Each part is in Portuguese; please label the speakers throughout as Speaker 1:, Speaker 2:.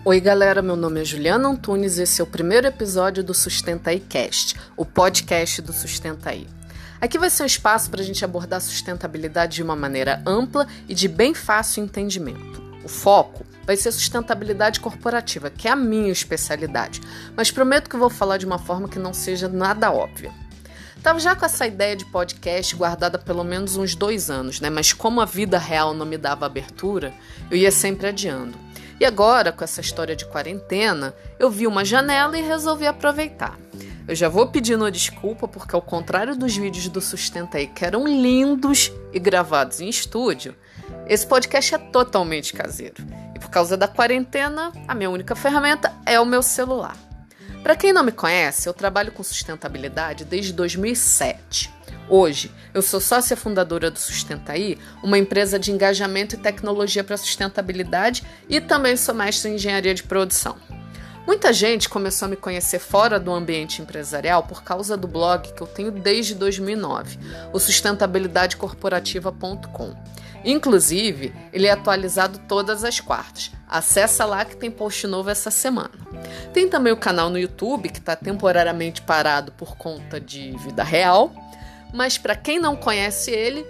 Speaker 1: Oi galera, meu nome é Juliana Antunes e esse é o primeiro episódio do Sustenta Aí Cast, o podcast do Sustenta Aí. Aqui vai ser um espaço para a gente abordar sustentabilidade de uma maneira ampla e de bem fácil entendimento. O foco vai ser sustentabilidade corporativa, que é a minha especialidade, mas prometo que vou falar de uma forma que não seja nada óbvia. Estava já com essa ideia de podcast guardada há pelo menos uns 2 anos, mas como a vida real não me dava abertura, eu ia sempre adiando. E agora, com essa história de quarentena, eu vi uma janela e resolvi aproveitar. Eu já vou pedindo desculpa porque, ao contrário dos vídeos do Sustenta Aí, que eram lindos e gravados em estúdio, esse podcast é totalmente caseiro. E por causa da quarentena, a minha única ferramenta é o meu celular. Para quem não me conhece, eu trabalho com sustentabilidade desde 2007. Hoje, eu sou sócia fundadora do Sustenta Aí, uma empresa de engajamento e tecnologia para sustentabilidade, e também sou mestre em engenharia de produção. Muita gente começou a me conhecer fora do ambiente empresarial por causa do blog que eu tenho desde 2009, o sustentabilidadecorporativa.com. Inclusive, ele é atualizado todas as quartas. Acessa lá que tem post novo essa semana. Tem também o canal no YouTube, que está temporariamente parado por conta de vida real. Mas para quem não conhece ele,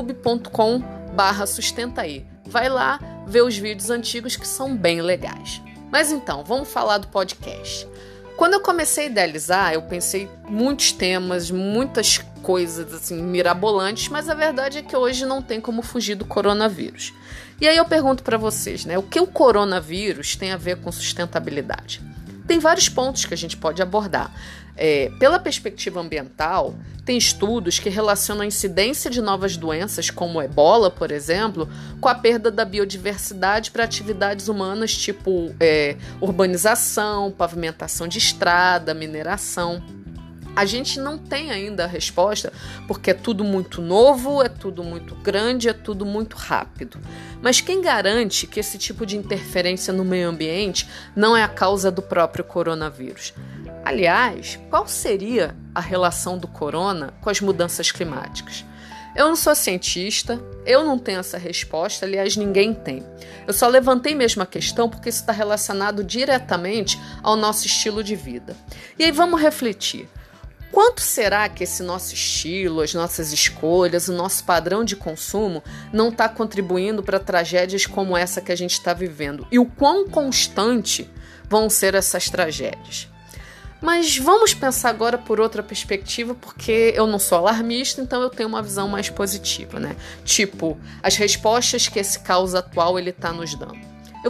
Speaker 1: youtube.com/sustentaí. Vai lá ver os vídeos antigos que são bem legais. Mas então, vamos falar do podcast. Quando eu comecei a idealizar, eu pensei muitos temas, muitas coisas assim mirabolantes, mas a verdade é que hoje não tem como fugir do coronavírus. E aí eu pergunto para vocês, o que o coronavírus tem a ver com sustentabilidade? Tem vários pontos que a gente pode abordar. Pela perspectiva ambiental, tem estudos que relacionam a incidência de novas doenças, como o ebola, por exemplo, com a perda da biodiversidade para atividades humanas, tipo urbanização, pavimentação de estrada, mineração. A gente não tem ainda a resposta, porque é tudo muito novo, é tudo muito grande, é tudo muito rápido. Mas quem garante que esse tipo de interferência no meio ambiente não é a causa do próprio coronavírus? Aliás, qual seria a relação do corona com as mudanças climáticas? Eu não sou cientista, eu não tenho essa resposta, aliás, ninguém tem. Eu só levantei mesmo a questão porque isso está relacionado diretamente ao nosso estilo de vida. E aí vamos refletir. Quanto será que esse nosso estilo, as nossas escolhas, o nosso padrão de consumo não está contribuindo para tragédias como essa que a gente está vivendo? E o quão constante vão ser essas tragédias? Mas vamos pensar agora por outra perspectiva, porque eu não sou alarmista, então eu tenho uma visão mais positiva, Tipo, as respostas que esse caos atual ele está nos dando. Eu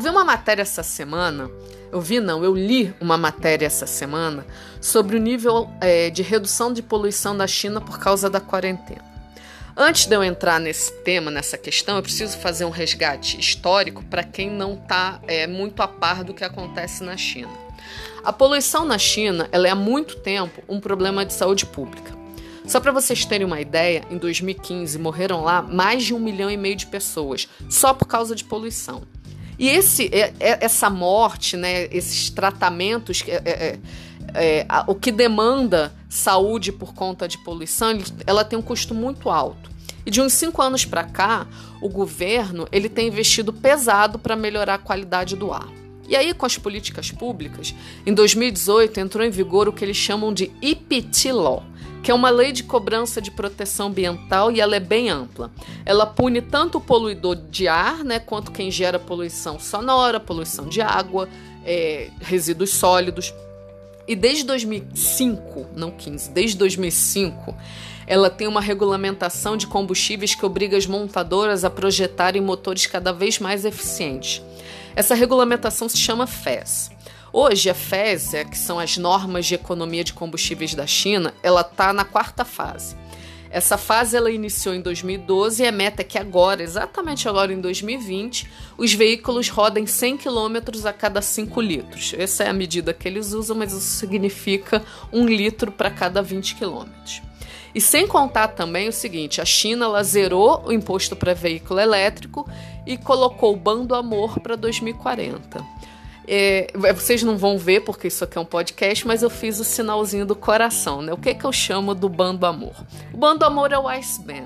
Speaker 1: li uma matéria essa semana sobre o nível de redução de poluição da China por causa da quarentena. Antes de eu entrar nesse tema, nessa questão, eu preciso fazer um resgate histórico para quem não está muito a par do que acontece na China. A poluição na China ela é há muito tempo um problema de saúde pública. Só para vocês terem uma ideia, em 2015 morreram lá mais de 1,5 milhão de pessoas, só por causa de poluição. E essa morte, esses tratamentos, o que demanda saúde por conta de poluição, ela tem um custo muito alto. E de uns 5 anos para cá, o governo ele tem investido pesado para melhorar a qualidade do ar. E aí, com as políticas públicas, em 2018 entrou em vigor o que eles chamam de EPT Law, que é uma lei de cobrança de proteção ambiental e ela é bem ampla. Ela pune tanto o poluidor de ar, quanto quem gera poluição sonora, poluição de água, resíduos sólidos. E desde 2005, não 15, desde 2005, ela tem uma regulamentação de combustíveis que obriga as montadoras a projetarem motores cada vez mais eficientes. Essa regulamentação se chama FES. Hoje, a FES, que são as normas de economia de combustíveis da China, ela está na 4ª fase. Essa fase ela iniciou em 2012 e a meta é que agora, exatamente agora em 2020, os veículos rodem 100 km a cada 5 litros. Essa é a medida que eles usam, mas isso significa 1 litro para cada 20 km. E sem contar também o seguinte, a China ela zerou o imposto para veículo elétrico e colocou o Bando Amor para 2040. Vocês não vão ver porque isso aqui é um podcast, mas eu fiz o sinalzinho do coração, O que eu chamo do Bando Amor? O Bando Amor é o Ice Ban.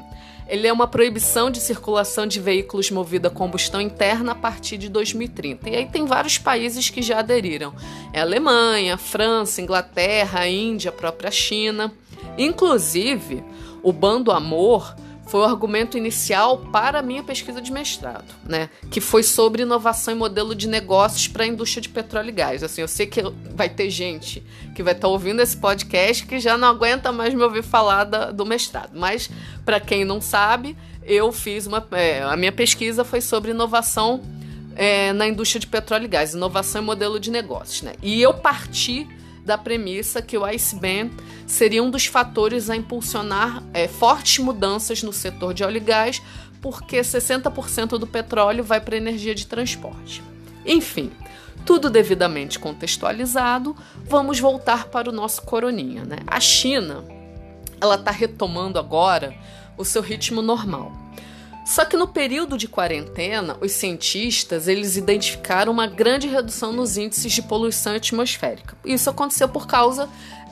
Speaker 1: ele é uma proibição de circulação de veículos movidos a combustão interna a partir de 2030. E aí tem vários países que já aderiram. É a Alemanha, a França, a Inglaterra, a Índia, a própria China. Inclusive, o Ban do Amor foi o argumento inicial para a minha pesquisa de mestrado, né? Que foi sobre inovação e modelo de negócios para a indústria de petróleo e gás. Assim, eu sei que vai ter gente que vai estar ouvindo esse podcast que já não aguenta mais me ouvir falar do mestrado. Mas, para quem não sabe, eu fiz a minha pesquisa foi sobre inovação na indústria de petróleo e gás, inovação e modelo de negócios, né? E eu parti da premissa que o ICBAN seria um dos fatores a impulsionar fortes mudanças no setor de óleo e gás, porque 60% do petróleo vai para a energia de transporte. Enfim, tudo devidamente contextualizado, vamos voltar para o nosso coroninha, né? A China, ela está retomando agora o seu ritmo normal. Só que no período de quarentena, os cientistas eles identificaram uma grande redução nos índices de poluição atmosférica. Isso aconteceu por causa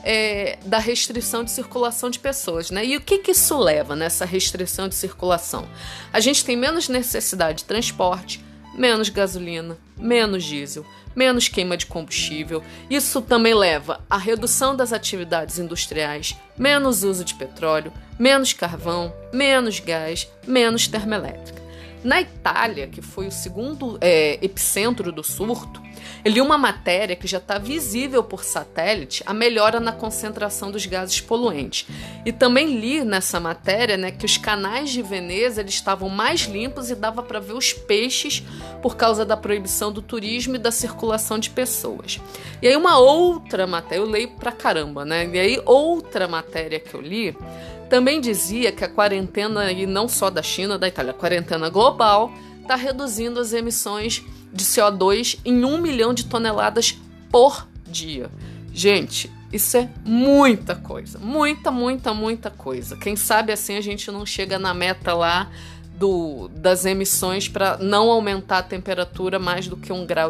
Speaker 1: da restrição de circulação de pessoas, né? E o que isso leva nessa restrição de circulação? A gente tem menos necessidade de transporte, menos gasolina, menos diesel, menos queima de combustível. Isso também leva à redução das atividades industriais, menos uso de petróleo, menos carvão, menos gás, menos termoelétrica. Na Itália, que foi o segundo epicentro do surto, eu li uma matéria que já está visível por satélite a melhora na concentração dos gases poluentes. E também li nessa matéria, né, que os canais de Veneza eles estavam mais limpos e dava para ver os peixes por causa da proibição do turismo e da circulação de pessoas. E aí uma outra matéria, eu leio pra caramba, né? E aí outra matéria que eu li também dizia que a quarentena, e não só da China, da Itália, a quarentena global, está reduzindo as emissões de CO2 em 1 milhão de toneladas por dia. Gente, isso é muita coisa. Muita coisa. Quem sabe assim a gente não chega na meta lá das emissões para não aumentar a temperatura mais do que 1,5 graus.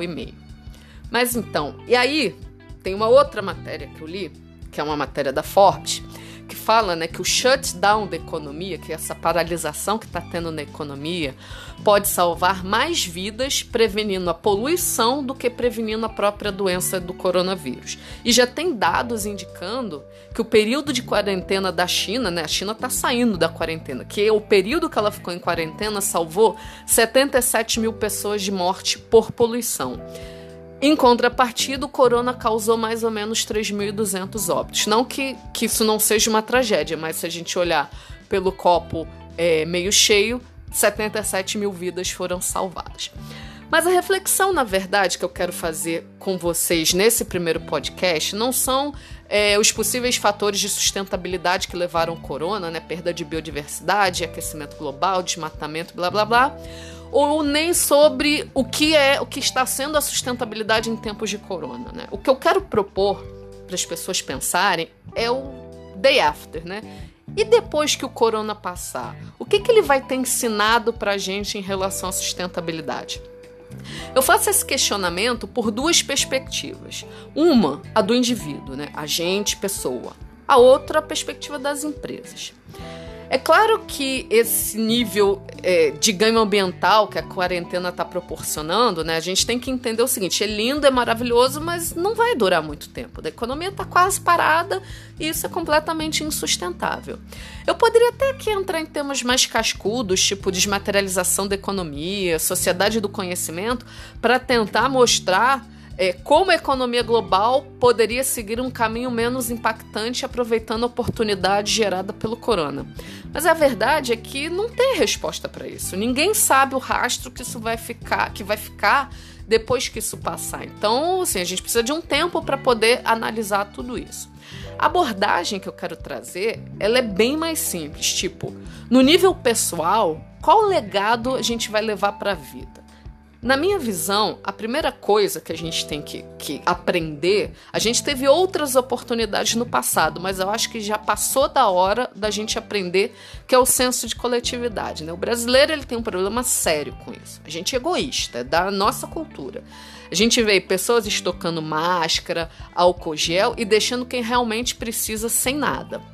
Speaker 1: Mas então, e aí tem uma outra matéria que eu li, que é uma matéria da Forbes, que fala, né, que o shutdown da economia, que é essa paralisação que está tendo na economia, pode salvar mais vidas prevenindo a poluição do que prevenindo a própria doença do coronavírus. E já tem dados indicando que o período de quarentena da China, né, a China está saindo da quarentena, que o período que ela ficou em quarentena salvou 77 mil pessoas de morte por poluição. Em contrapartida, o corona causou mais ou menos 3.200 óbitos. Não que isso não seja uma tragédia, mas se a gente olhar pelo copo meio cheio, 77 mil vidas foram salvadas. Mas a reflexão, na verdade, que eu quero fazer com vocês nesse primeiro podcast não são os possíveis fatores de sustentabilidade que levaram ao corona, né? Perda de biodiversidade, aquecimento global, desmatamento, blá blá blá, ou nem sobre o que está sendo a sustentabilidade em tempos de corona, né? O que eu quero propor para as pessoas pensarem é o day after, né? E depois que o corona passar, o que ele vai ter ensinado para a gente em relação à sustentabilidade? Eu faço esse questionamento por duas perspectivas. Uma, a do indivíduo, né? Agente, pessoa. A outra, a perspectiva das empresas. É claro que esse nível de ganho ambiental que a quarentena está proporcionando, né, a gente tem que entender o seguinte: é lindo, é maravilhoso, mas não vai durar muito tempo. A economia está quase parada e isso é completamente insustentável. Eu poderia até aqui entrar em temas mais cascudos, tipo desmaterialização da economia, sociedade do conhecimento, para tentar mostrar como a economia global poderia seguir um caminho menos impactante aproveitando a oportunidade gerada pelo corona. Mas a verdade é que não tem resposta para isso. Ninguém sabe o rastro que vai ficar depois que isso passar. Então, assim, a gente precisa de um tempo para poder analisar tudo isso. A abordagem que eu quero trazer, ela é bem mais simples. Tipo, no nível pessoal, qual legado a gente vai levar para a vida? Na minha visão, a primeira coisa que a gente tem que aprender, a gente teve outras oportunidades no passado, mas eu acho que já passou da hora da gente aprender, que é o senso de coletividade, né? O brasileiro ele tem um problema sério com isso. A gente é egoísta, é da nossa cultura. A gente vê pessoas estocando máscara, álcool gel e deixando quem realmente precisa sem nada.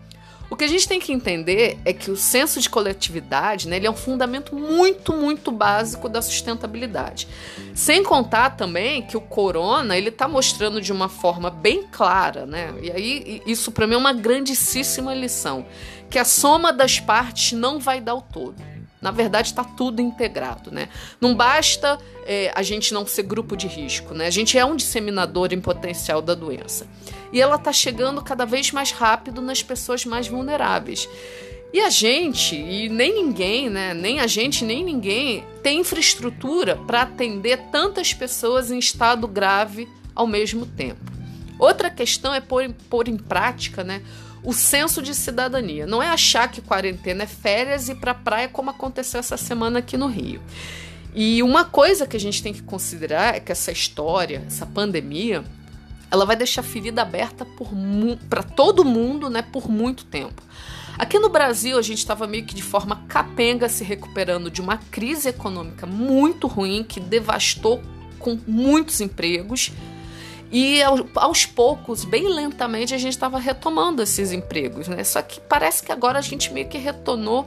Speaker 1: O que a gente tem que entender é que o senso de coletividade, né, ele é um fundamento muito, muito básico da sustentabilidade. Sem contar também que o corona ele está mostrando de uma forma bem clara, né? E aí isso para mim é uma grandíssima lição, que a soma das partes não vai dar o todo. Na verdade, está tudo integrado, né? Não basta a gente não ser grupo de risco, né? A gente é um disseminador em potencial da doença. E ela está chegando cada vez mais rápido nas pessoas mais vulneráveis. E a gente, e nem ninguém, né? Nem a gente, nem ninguém tem infraestrutura para atender tantas pessoas em estado grave ao mesmo tempo. Outra questão é pôr em prática, né, o senso de cidadania. Não é achar que quarentena é férias e ir para a praia como aconteceu essa semana aqui no Rio. E uma coisa que a gente tem que considerar é que essa história, essa pandemia, ela vai deixar ferida aberta para todo mundo, né, por muito tempo. Aqui no Brasil, a gente estava meio que de forma capenga se recuperando de uma crise econômica muito ruim que devastou com muitos empregos. E aos poucos, bem lentamente, a gente estava retomando esses empregos, né? Só que parece que agora a gente meio que retornou,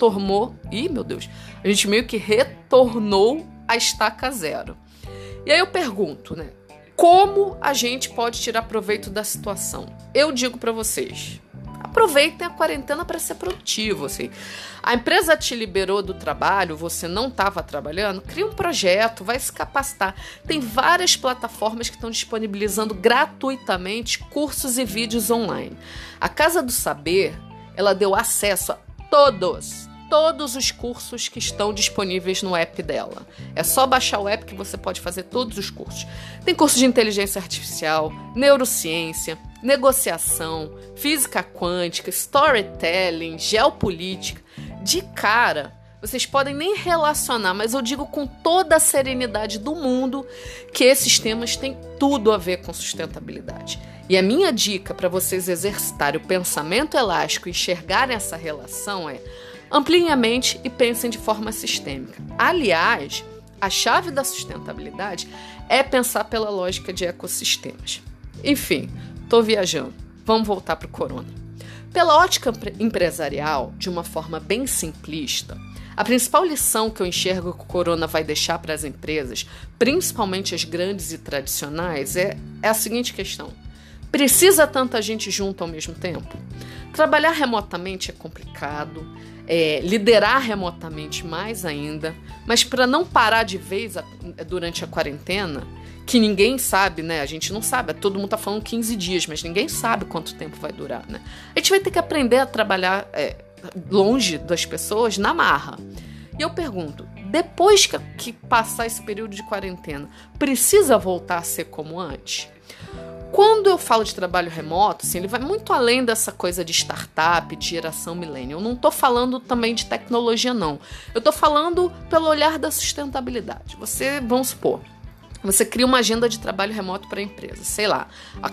Speaker 1: a gente meio que retornou à estaca zero. E aí eu pergunto, né? Como a gente pode tirar proveito da situação? Eu digo para vocês, aproveitem a quarentena para ser produtivo, assim. A empresa te liberou do trabalho, você não estava trabalhando, cria um projeto, vai se capacitar. Tem várias plataformas que estão disponibilizando gratuitamente cursos e vídeos online. A Casa do Saber, ela deu acesso a todos os cursos que estão disponíveis no app dela. É só baixar o app que você pode fazer todos os cursos. Tem curso de inteligência artificial, neurociência, negociação, física quântica, storytelling, geopolítica. De cara, vocês podem nem relacionar, mas eu digo com toda a serenidade do mundo que esses temas têm tudo a ver com sustentabilidade. E a minha dica para vocês exercitarem o pensamento elástico e enxergarem essa relação é: ampliem a mente e pensem de forma sistêmica. Aliás, a chave da sustentabilidade é pensar pela lógica de ecossistemas. Enfim, estou viajando. Vamos voltar para o corona. Pela ótica empresarial, de uma forma bem simplista, a principal lição que eu enxergo que o corona vai deixar para as empresas, principalmente as grandes e tradicionais, é a seguinte questão: precisa tanta gente junto ao mesmo tempo? Trabalhar remotamente é complicado, liderar remotamente mais ainda, mas para não parar de vez durante a quarentena, que ninguém sabe, né? A gente não sabe, todo mundo tá falando 15 dias, mas ninguém sabe quanto tempo vai durar, né? A gente vai ter que aprender a trabalhar longe das pessoas na marra. E eu pergunto, depois que passar esse período de quarentena, precisa voltar a ser como antes? Quando eu falo de trabalho remoto, assim, ele vai muito além dessa coisa de startup, de geração millennial. Eu não estou falando também de tecnologia, não. Eu estou falando pelo olhar da sustentabilidade. Vamos supor, você cria uma agenda de trabalho remoto para a empresa. Sei lá, a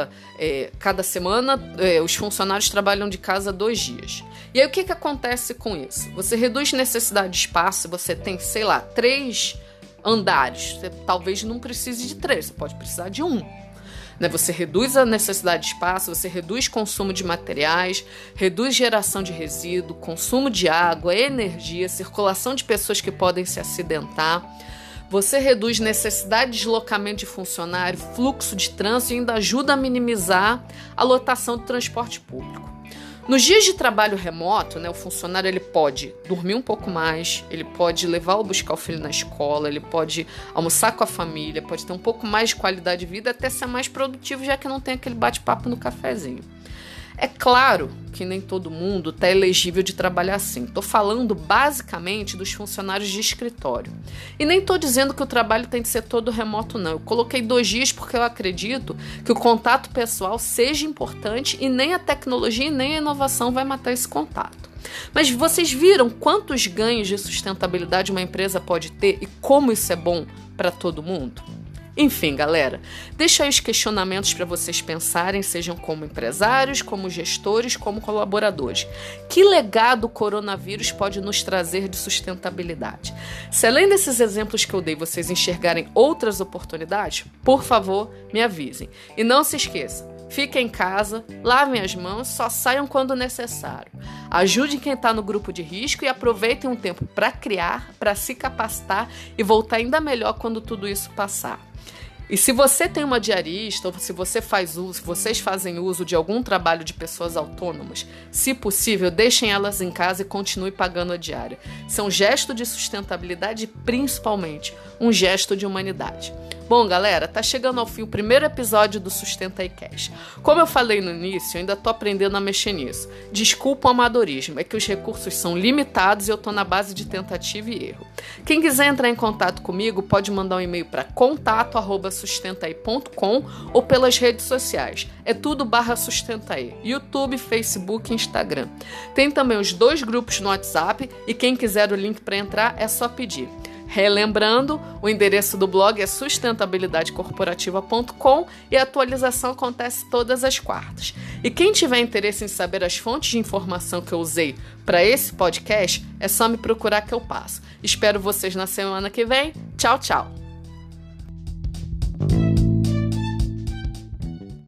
Speaker 1: cada semana os funcionários trabalham de casa 2 dias. E aí o que acontece com isso? Você reduz necessidade de espaço, você tem, sei lá, 3 andares. Você talvez não precise de 3, você pode precisar de 1. Você reduz a necessidade de espaço, você reduz consumo de materiais, reduz geração de resíduo, consumo de água, energia, circulação de pessoas que podem se acidentar. Você reduz necessidade de deslocamento de funcionário, fluxo de trânsito e ainda ajuda a minimizar a lotação do transporte público. Nos dias de trabalho remoto, o funcionário ele pode dormir um pouco mais, ele pode levar ou buscar o filho na escola, ele pode almoçar com a família, pode ter um pouco mais de qualidade de vida, até ser mais produtivo, já que não tem aquele bate-papo no cafezinho. É claro que nem todo mundo está elegível de trabalhar assim. Estou falando basicamente dos funcionários de escritório. E nem estou dizendo que o trabalho tem que ser todo remoto, não. Eu coloquei 2 dias porque eu acredito que o contato pessoal seja importante e nem a tecnologia e nem a inovação vai matar esse contato. Mas vocês viram quantos ganhos de sustentabilidade uma empresa pode ter e como isso é bom para todo mundo? Enfim, galera, deixa aí os questionamentos para vocês pensarem, sejam como empresários, como gestores, como colaboradores. Que legado o coronavírus pode nos trazer de sustentabilidade? Se além desses exemplos que eu dei, vocês enxergarem outras oportunidades, por favor, me avisem. E não se esqueça, Fiquem em casa, lavem as mãos, só saiam quando necessário. Ajudem quem está no grupo de risco e aproveitem um tempo para criar, para se capacitar e voltar ainda melhor quando tudo isso passar. E se você tem uma diarista, ou se você faz uso, se vocês fazem uso de algum trabalho de pessoas autônomas, se possível, deixem elas em casa e continue pagando a diária. Isso é um gesto de sustentabilidade e, principalmente, um gesto de humanidade. Bom, galera, tá chegando ao fim o primeiro episódio do Sustenta aí Cash. Como eu falei no início, eu ainda tô aprendendo a mexer nisso. Desculpa o amadorismo, é que os recursos são limitados e eu tô na base de tentativa e erro. Quem quiser entrar em contato comigo, pode mandar um e-mail para contato@sustentaí.com ou pelas redes sociais. É tudo /sustentaí, YouTube, Facebook e Instagram. Tem também os 2 grupos no WhatsApp e quem quiser o link para entrar é só pedir. Relembrando, o endereço do blog é sustentabilidadecorporativa.com e a atualização acontece todas as quartas. E quem tiver interesse em saber as fontes de informação que eu usei para esse podcast, é só me procurar que eu passo. Espero vocês na semana que vem. Tchau, tchau!